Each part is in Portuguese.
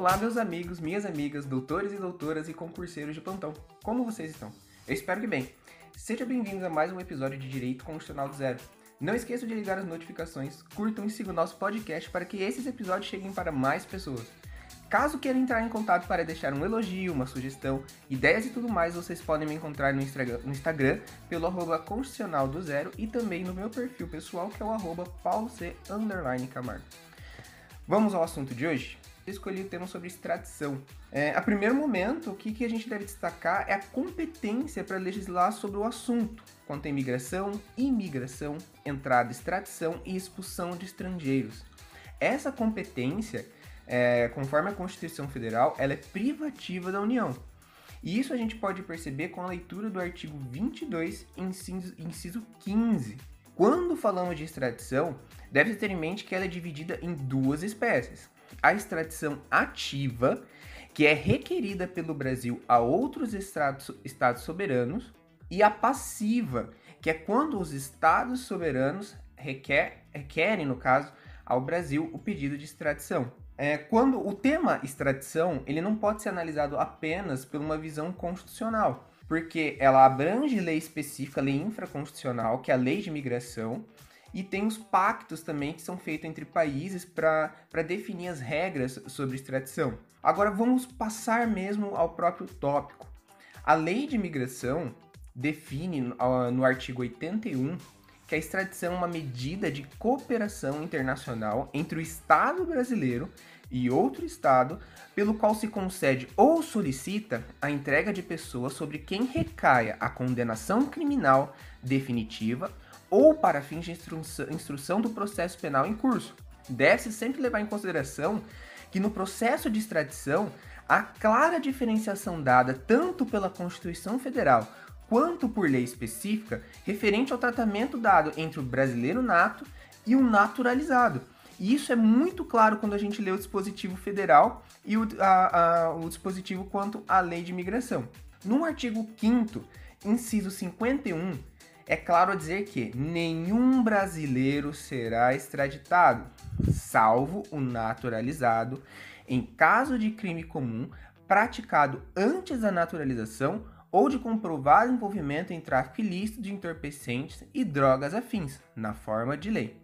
Olá, meus amigos, minhas amigas, doutores e doutoras e concurseiros de plantão. Como vocês estão? Eu espero que bem. Sejam bem-vindos a mais um episódio de Direito Constitucional do Zero. Não esqueçam de ligar as notificações, curtam e sigam o nosso podcast para que esses episódios cheguem para mais pessoas. Caso queiram entrar em contato para deixar um elogio, uma sugestão, ideias e tudo mais, vocês podem me encontrar no Instagram pelo @constitucionaldozero e também no meu perfil pessoal, que é o @pauloc_camargo. Vamos ao assunto de hoje? Eu escolhi o tema sobre extradição. A primeiro momento, o que a gente deve destacar é a competência para legislar sobre o assunto, quanto a imigração, entrada, extradição e expulsão de estrangeiros. Essa competência, conforme a Constituição Federal, ela é privativa da União. E isso a gente pode perceber com a leitura do artigo 22, inciso 15. Quando falamos de extradição, deve-se ter em mente que ela é dividida em duas espécies. A extradição ativa, que é requerida pelo Brasil a outros estados soberanos, e a passiva, que é quando os estados soberanos requerem, no caso, ao Brasil o pedido de extradição. Quando o tema extradição, ele não pode ser analisado apenas por uma visão constitucional, porque ela abrange lei específica, lei infraconstitucional, que é a lei de imigração, e tem os pactos também que são feitos entre países para definir as regras sobre extradição. Agora vamos passar mesmo ao próprio tópico. A lei de imigração define no artigo 81 que a extradição é uma medida de cooperação internacional entre o Estado brasileiro e outro Estado, pelo qual se concede ou solicita a entrega de pessoas sobre quem recaia a condenação criminal definitiva ou para fins de instrução do processo penal em curso. Deve-se sempre levar em consideração que no processo de extradição há clara diferenciação dada tanto pela Constituição Federal quanto por lei específica referente ao tratamento dado entre o brasileiro nato e o naturalizado. E isso é muito claro quando a gente lê o dispositivo federal e o dispositivo quanto à lei de imigração. No artigo 5º, inciso 51, é claro dizer que nenhum brasileiro será extraditado, salvo o naturalizado, em caso de crime comum praticado antes da naturalização ou de comprovado envolvimento em tráfico ilícito de entorpecentes e drogas afins, na forma de lei.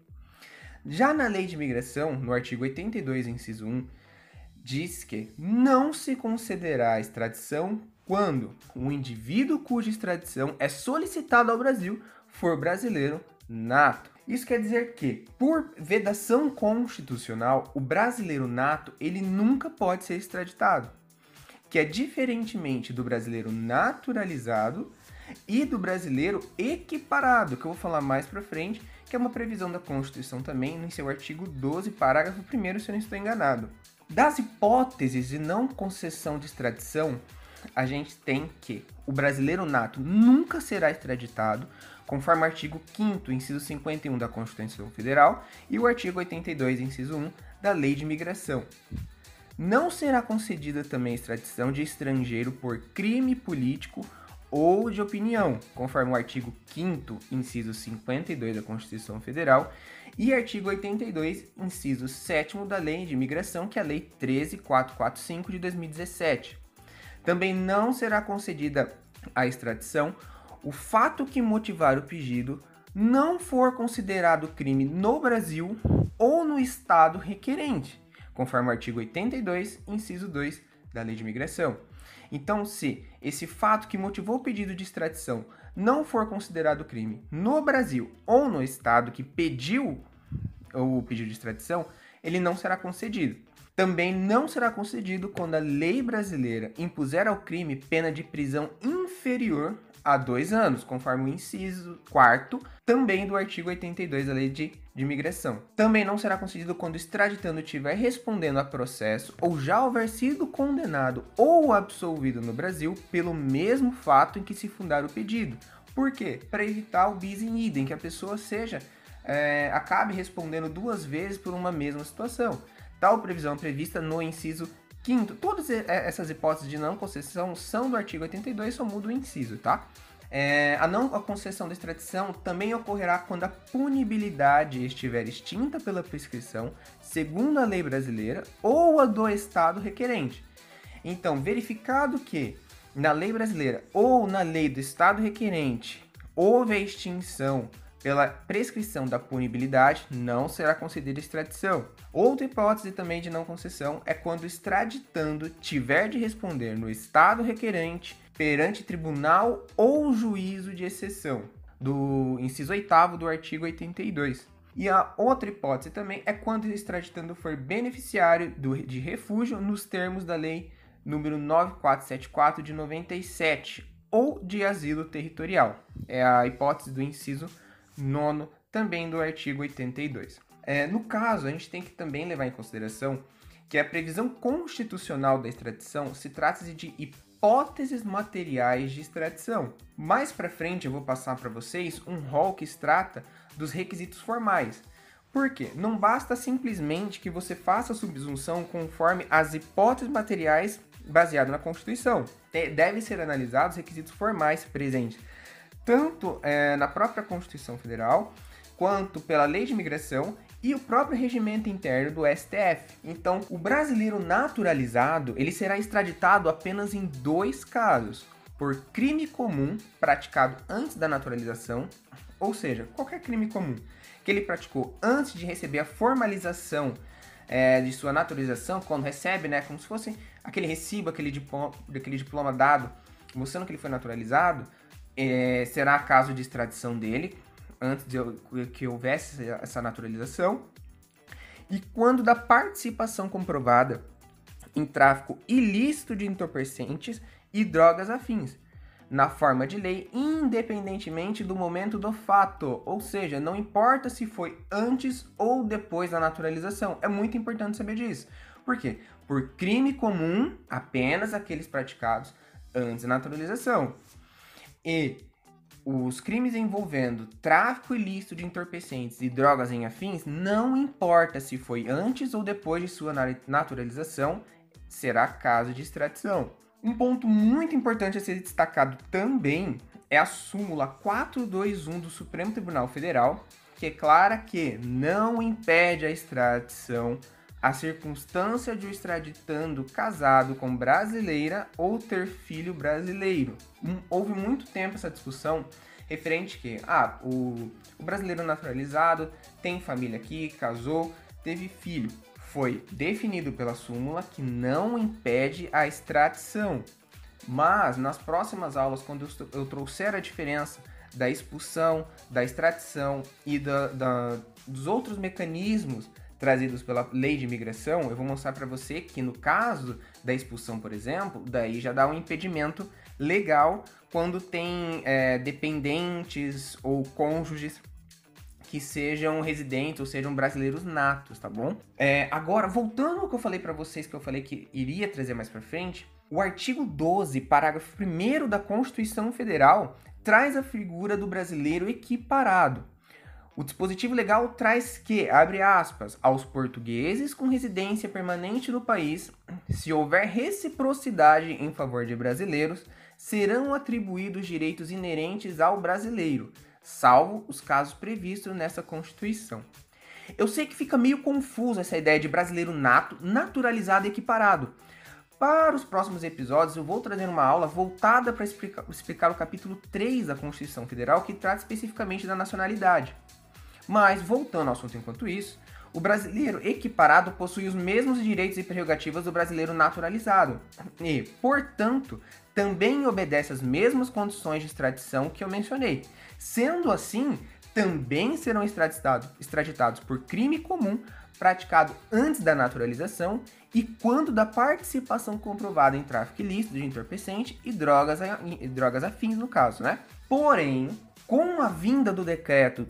Já na lei de imigração, no artigo 82, inciso 1, diz que não se concederá a extradição quando o indivíduo cuja extradição é solicitado ao Brasil for brasileiro nato. Isso quer dizer que, por vedação constitucional, o brasileiro nato ele nunca pode ser extraditado, que é diferentemente do brasileiro naturalizado e do brasileiro equiparado, que eu vou falar mais pra frente, que é uma previsão da Constituição também, no seu artigo 12, parágrafo 1º, se eu não estou enganado. Das hipóteses de não concessão de extradição, a gente tem que o brasileiro nato nunca será extraditado, conforme o artigo 5º, inciso 51 da Constituição Federal e o artigo 82, inciso 1 da Lei de Imigração. Não será concedida também extradição de estrangeiro por crime político ou de opinião, conforme o artigo 5º, inciso 52 da Constituição Federal e artigo 82, inciso 7º da Lei de Imigração, que é a Lei 13.445 de 2017. Também não será concedida a extradição o fato que motivar o pedido não for considerado crime no Brasil ou no Estado requerente, conforme o artigo 82, inciso 2 da Lei de Imigração. Então, se esse fato que motivou o pedido de extradição não for considerado crime no Brasil ou no Estado que pediu o pedido de extradição, ele não será concedido. Também não será concedido quando a lei brasileira impuser ao crime pena de prisão inferior a 2 anos, conforme o inciso 4º, também do artigo 82 da Lei de Imigração. Também não será concedido quando o extraditando estiver respondendo a processo ou já houver sido condenado ou absolvido no Brasil pelo mesmo fato em que se fundar o pedido. Por quê? Para evitar o bis in idem, que a pessoa acabe respondendo 2 vezes por uma mesma situação. Tal previsão é prevista no inciso 5º. Todas essas hipóteses de não concessão são do artigo 82, só muda o inciso, tá? A concessão da extradição também ocorrerá quando a punibilidade estiver extinta pela prescrição, segundo a lei brasileira ou a do Estado requerente. Então, verificado que na lei brasileira ou na lei do Estado requerente houve a extinção pela prescrição da punibilidade, não será concedida extradição. Outra hipótese também de não concessão é quando o extraditando tiver de responder no Estado requerente perante tribunal ou juízo de exceção, do inciso 8º do artigo 82. E a outra hipótese também é quando o extraditando for beneficiário de refúgio nos termos da lei número 9474 de 97, ou de asilo territorial. É a hipótese do inciso 9º, também do artigo 82. No caso, a gente tem que também levar em consideração que a previsão constitucional da extradição se trata de hipóteses materiais de extradição. Mais para frente eu vou passar para vocês um rol que trata dos requisitos formais. Por quê? Não basta simplesmente que você faça a subsunção conforme as hipóteses materiais baseadas na Constituição. Devem ser analisados requisitos formais presentes tanto na própria Constituição Federal, quanto pela Lei de Imigração e o próprio regimento interno do STF. Então, o brasileiro naturalizado, ele será extraditado apenas em 2 casos: por crime comum praticado antes da naturalização, ou seja, qualquer crime comum que ele praticou antes de receber a formalização de sua naturalização, quando recebe, né, como se fosse aquele recibo, aquele diploma dado, mostrando que ele foi naturalizado, será caso de extradição dele, antes de que houvesse essa naturalização. E quando da participação comprovada em tráfico ilícito de entorpecentes e drogas afins, na forma de lei, independentemente do momento do fato, ou seja, não importa se foi antes ou depois da naturalização. É muito importante saber disso. Por quê? Por crime comum, apenas aqueles praticados antes da naturalização. E os crimes envolvendo tráfico ilícito de entorpecentes e drogas em afins, não importa se foi antes ou depois de sua naturalização, será caso de extradição. Um ponto muito importante a ser destacado também é a súmula 421 do Supremo Tribunal Federal, que declara que não impede a extradição a circunstância de o extraditando casado com brasileira ou ter filho brasileiro. Houve muito tempo essa discussão referente que o brasileiro naturalizado tem família aqui, casou, teve filho. Foi definido pela súmula que não impede a extradição. Mas nas próximas aulas, quando eu trouxer a diferença da expulsão, da extradição e dos outros mecanismos trazidos pela lei de imigração, eu vou mostrar para você que no caso da expulsão, por exemplo, daí já dá um impedimento legal quando tem dependentes ou cônjuges que sejam residentes ou sejam brasileiros natos, tá bom? Agora, voltando ao que eu falei para vocês, que eu falei que iria trazer mais para frente, o artigo 12, parágrafo 1º da Constituição Federal traz a figura do brasileiro equiparado. O dispositivo legal traz que, abre aspas, aos portugueses com residência permanente no país, se houver reciprocidade em favor de brasileiros, serão atribuídos direitos inerentes ao brasileiro, salvo os casos previstos nessa Constituição. Eu sei que fica meio confuso essa ideia de brasileiro nato, naturalizado e equiparado. Para os próximos episódios, eu vou trazer uma aula voltada para explicar o capítulo 3 da Constituição Federal, que trata especificamente da nacionalidade. Mas, voltando ao assunto enquanto isso, o brasileiro equiparado possui os mesmos direitos e prerrogativas do brasileiro naturalizado e, portanto, também obedece às mesmas condições de extradição que eu mencionei. Sendo assim, também serão extraditados por crime comum praticado antes da naturalização e quando da participação comprovada em tráfico ilícito de entorpecente e drogas afins, no caso, né? Porém, com a vinda do decreto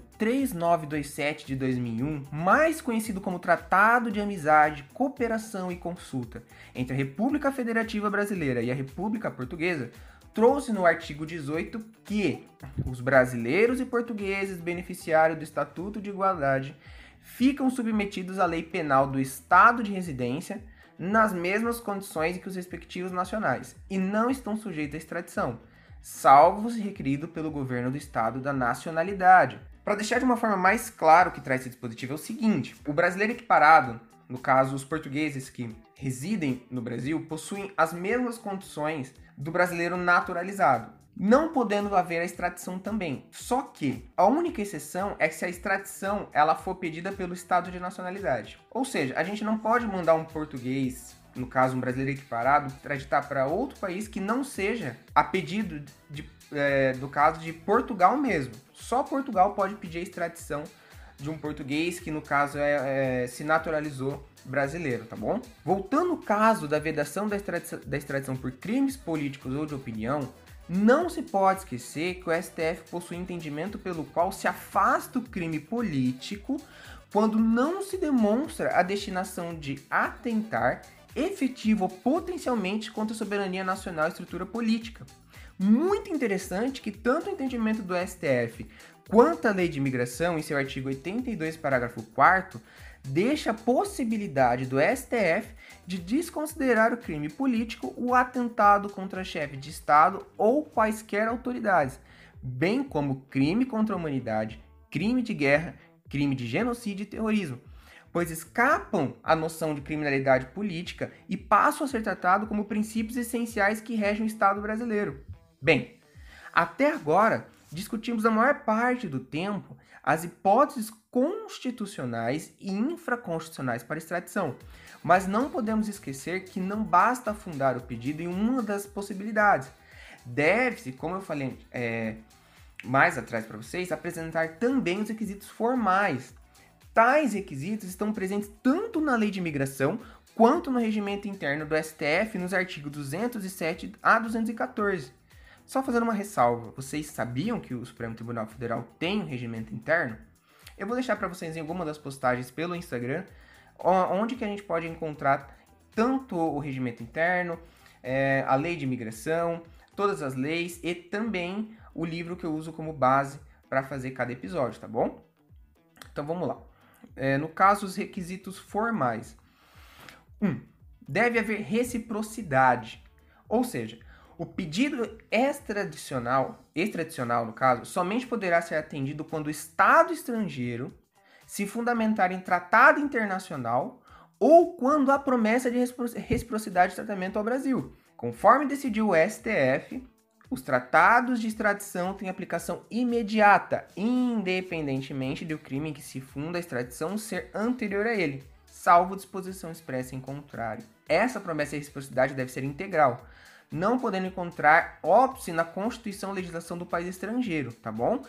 3927 de 2001, mais conhecido como Tratado de Amizade, Cooperação e Consulta entre a República Federativa Brasileira e a República Portuguesa, trouxe no artigo 18 que os brasileiros e portugueses beneficiários do Estatuto de Igualdade ficam submetidos à lei penal do estado de residência nas mesmas condições que os respectivos nacionais e não estão sujeitos à extradição. salvo se requerido pelo governo do estado da nacionalidade. Para deixar de uma forma mais clara o que traz esse dispositivo é o seguinte: o brasileiro equiparado, no caso os portugueses que residem no Brasil, possuem as mesmas condições do brasileiro naturalizado, não podendo haver a extradição também. Só que a única exceção é se a extradição ela for pedida pelo estado de nacionalidade. Ou seja, a gente não pode mandar um português, no caso um brasileiro equiparado, extraditar para outro país que não seja a pedido do caso de Portugal mesmo. Só Portugal pode pedir a extradição de um português que, no caso, se naturalizou brasileiro, tá bom? Voltando ao caso da vedação da extradição por crimes políticos ou de opinião, não se pode esquecer que o STF possui entendimento pelo qual se afasta o crime político quando não se demonstra a destinação de atentar efetivo ou potencialmente contra a soberania nacional e estrutura política. Muito interessante que tanto o entendimento do STF quanto a Lei de Imigração, em seu artigo 82, parágrafo 4º, deixa a possibilidade do STF de desconsiderar o crime político o atentado contra chefe de Estado ou quaisquer autoridades, bem como crime contra a humanidade, crime de guerra, crime de genocídio e terrorismo, pois escapam à noção de criminalidade política e passam a ser tratados como princípios essenciais que regem o Estado brasileiro. Bem, até agora discutimos a maior parte do tempo as hipóteses constitucionais e infraconstitucionais para extradição, mas não podemos esquecer que não basta fundar o pedido em uma das possibilidades. Deve-se, como eu falei mais atrás para vocês, apresentar também os requisitos formais. Tais requisitos estão presentes tanto na Lei de Imigração quanto no regimento interno do STF nos artigos 207 a 214. Só fazendo uma ressalva, vocês sabiam que o Supremo Tribunal Federal tem um regimento interno? Eu vou deixar para vocês em alguma das postagens pelo Instagram, onde que a gente pode encontrar tanto o regimento interno, a lei de imigração, todas as leis e também o livro que eu uso como base para fazer cada episódio, tá bom? Então vamos lá. No caso, os requisitos formais. 1. Deve haver reciprocidade, ou seja, o pedido extradicional, no caso, somente poderá ser atendido quando o Estado estrangeiro se fundamentar em tratado internacional ou quando há promessa de reciprocidade de tratamento ao Brasil. Conforme decidiu o STF, os tratados de extradição têm aplicação imediata, independentemente do crime em que se funda a extradição ser anterior a ele, salvo disposição expressa em contrário. Essa promessa de reciprocidade deve ser integral, não podendo encontrar óbice na Constituição ou legislação do país estrangeiro, tá bom?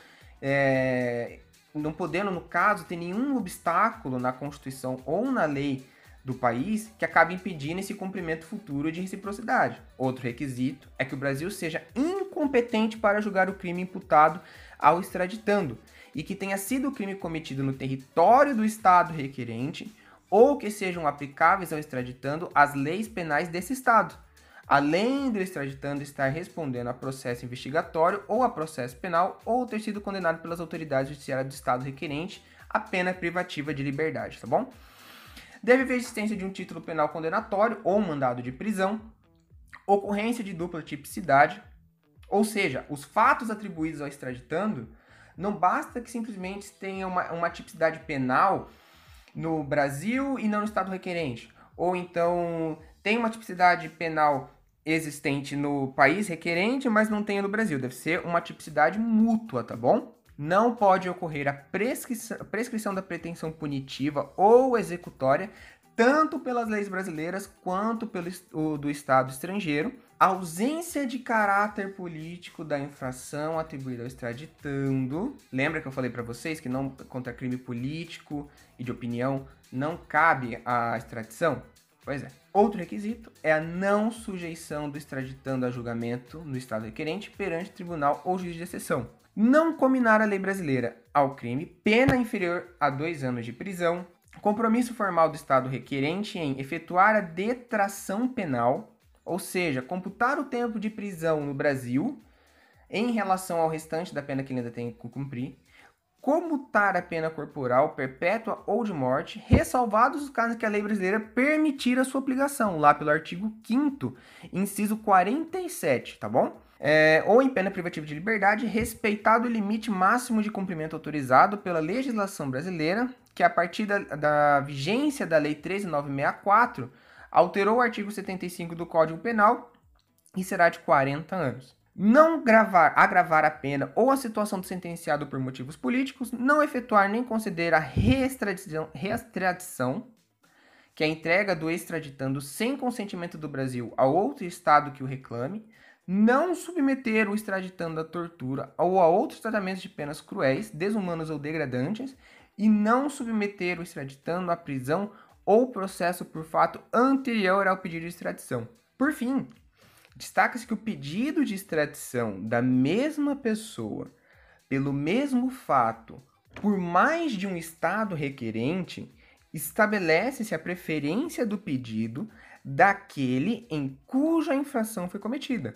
Não podendo, no caso, ter nenhum obstáculo na Constituição ou na lei do país que acabe impedindo esse cumprimento futuro de reciprocidade. Outro requisito é que o Brasil seja incompetente para julgar o crime imputado ao extraditando e que tenha sido o crime cometido no território do Estado requerente ou que sejam aplicáveis ao extraditando as leis penais desse Estado, além do extraditando estar respondendo a processo investigatório ou a processo penal ou ter sido condenado pelas autoridades judiciárias do Estado requerente a pena privativa de liberdade, tá bom? Deve haver existência de um título penal condenatório ou mandado de prisão, ocorrência de dupla tipicidade, ou seja, os fatos atribuídos ao extraditando não basta que simplesmente tenha uma tipicidade penal no Brasil e não no Estado requerente, ou então tem uma tipicidade penal existente no país requerente, mas não tenha no Brasil. Deve ser uma tipicidade mútua, tá bom? Não pode ocorrer a prescrição da pretensão punitiva ou executória, tanto pelas leis brasileiras quanto do Estado estrangeiro. A ausência de caráter político da infração atribuída ao extraditando. Lembra que eu falei para vocês que não contra crime político e de opinião não cabe a extradição? Pois é. Outro requisito é a não sujeição do extraditando a julgamento no Estado requerente perante tribunal ou juiz de exceção. Não combinar a lei brasileira ao crime, pena inferior a 2 anos de prisão, compromisso formal do Estado requerente em efetuar a detração penal, ou seja, computar o tempo de prisão no Brasil em relação ao restante da pena que ele ainda tem que cumprir, comutar a pena corporal, perpétua ou de morte, ressalvados os casos que a lei brasileira permitir a sua aplicação, lá pelo artigo 5º, inciso 47, tá bom? ou em pena privativa de liberdade, respeitado o limite máximo de cumprimento autorizado pela legislação brasileira, que a partir da vigência da Lei 13.964, alterou o artigo 75 do Código Penal e será de 40 anos. Não agravar a pena ou a situação do sentenciado por motivos políticos, não efetuar nem conceder a reextradição, que é a entrega do extraditando sem consentimento do Brasil a outro estado que o reclame, não submeter o extraditando à tortura ou a outros tratamentos de penas cruéis, desumanos ou degradantes, e não submeter o extraditando à prisão ou processo por fato anterior ao pedido de extradição. Por fim, destaca-se que o pedido de extradição da mesma pessoa pelo mesmo fato por mais de um estado requerente estabelece-se a preferência do pedido daquele em cuja infração foi cometida.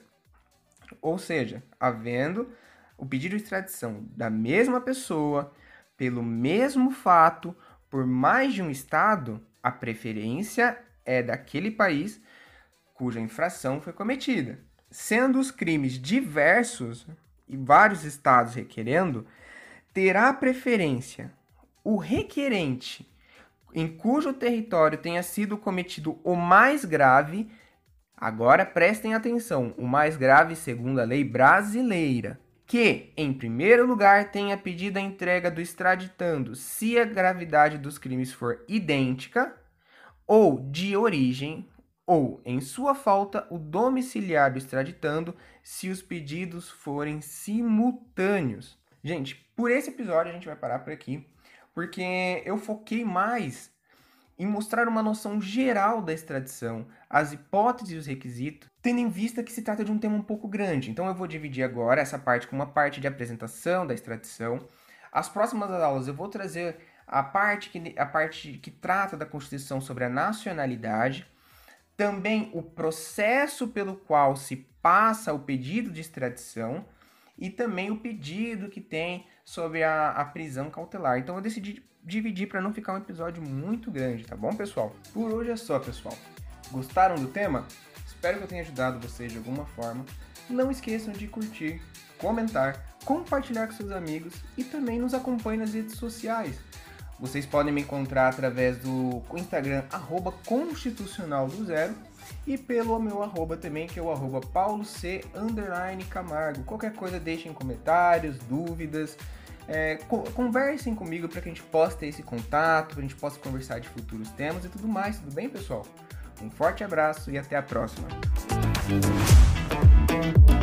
Ou seja, havendo o pedido de extradição da mesma pessoa pelo mesmo fato por mais de um estado, a preferência é daquele país cuja infração foi cometida. Sendo os crimes diversos e vários estados requerendo, terá preferência o requerente em cujo território tenha sido cometido o mais grave. Agora prestem atenção, o mais grave segundo a lei brasileira, que, em primeiro lugar, tenha pedido a entrega do extraditando se a gravidade dos crimes for idêntica ou de origem, ou, em sua falta, o domiciliar do extraditando se os pedidos forem simultâneos. Gente, por esse episódio a gente vai parar por aqui, porque eu foquei mais em mostrar uma noção geral da extradição, as hipóteses e os requisitos, tendo em vista que se trata de um tema um pouco grande. Então eu vou dividir agora essa parte com uma parte de apresentação da extradição. As próximas aulas eu vou trazer a parte que trata da Constituição sobre a nacionalidade, também o processo pelo qual se passa o pedido de extradição e também o pedido que tem sobre a prisão cautelar. Então eu decidi dividir para não ficar um episódio muito grande, tá bom, pessoal? Por hoje é só, pessoal. Gostaram do tema? Espero que eu tenha ajudado vocês de alguma forma. Não esqueçam de curtir, comentar, compartilhar com seus amigos e também nos acompanhe nas redes sociais. Vocês podem me encontrar através do Instagram @constitucional_do_zero e pelo meu arroba também, que é o @pauloc_camargo. Qualquer coisa deixem comentários, dúvidas, conversem comigo para que a gente possa ter esse contato, para a gente possa conversar de futuros temas e tudo mais, tudo bem, pessoal? Um forte abraço e até a próxima!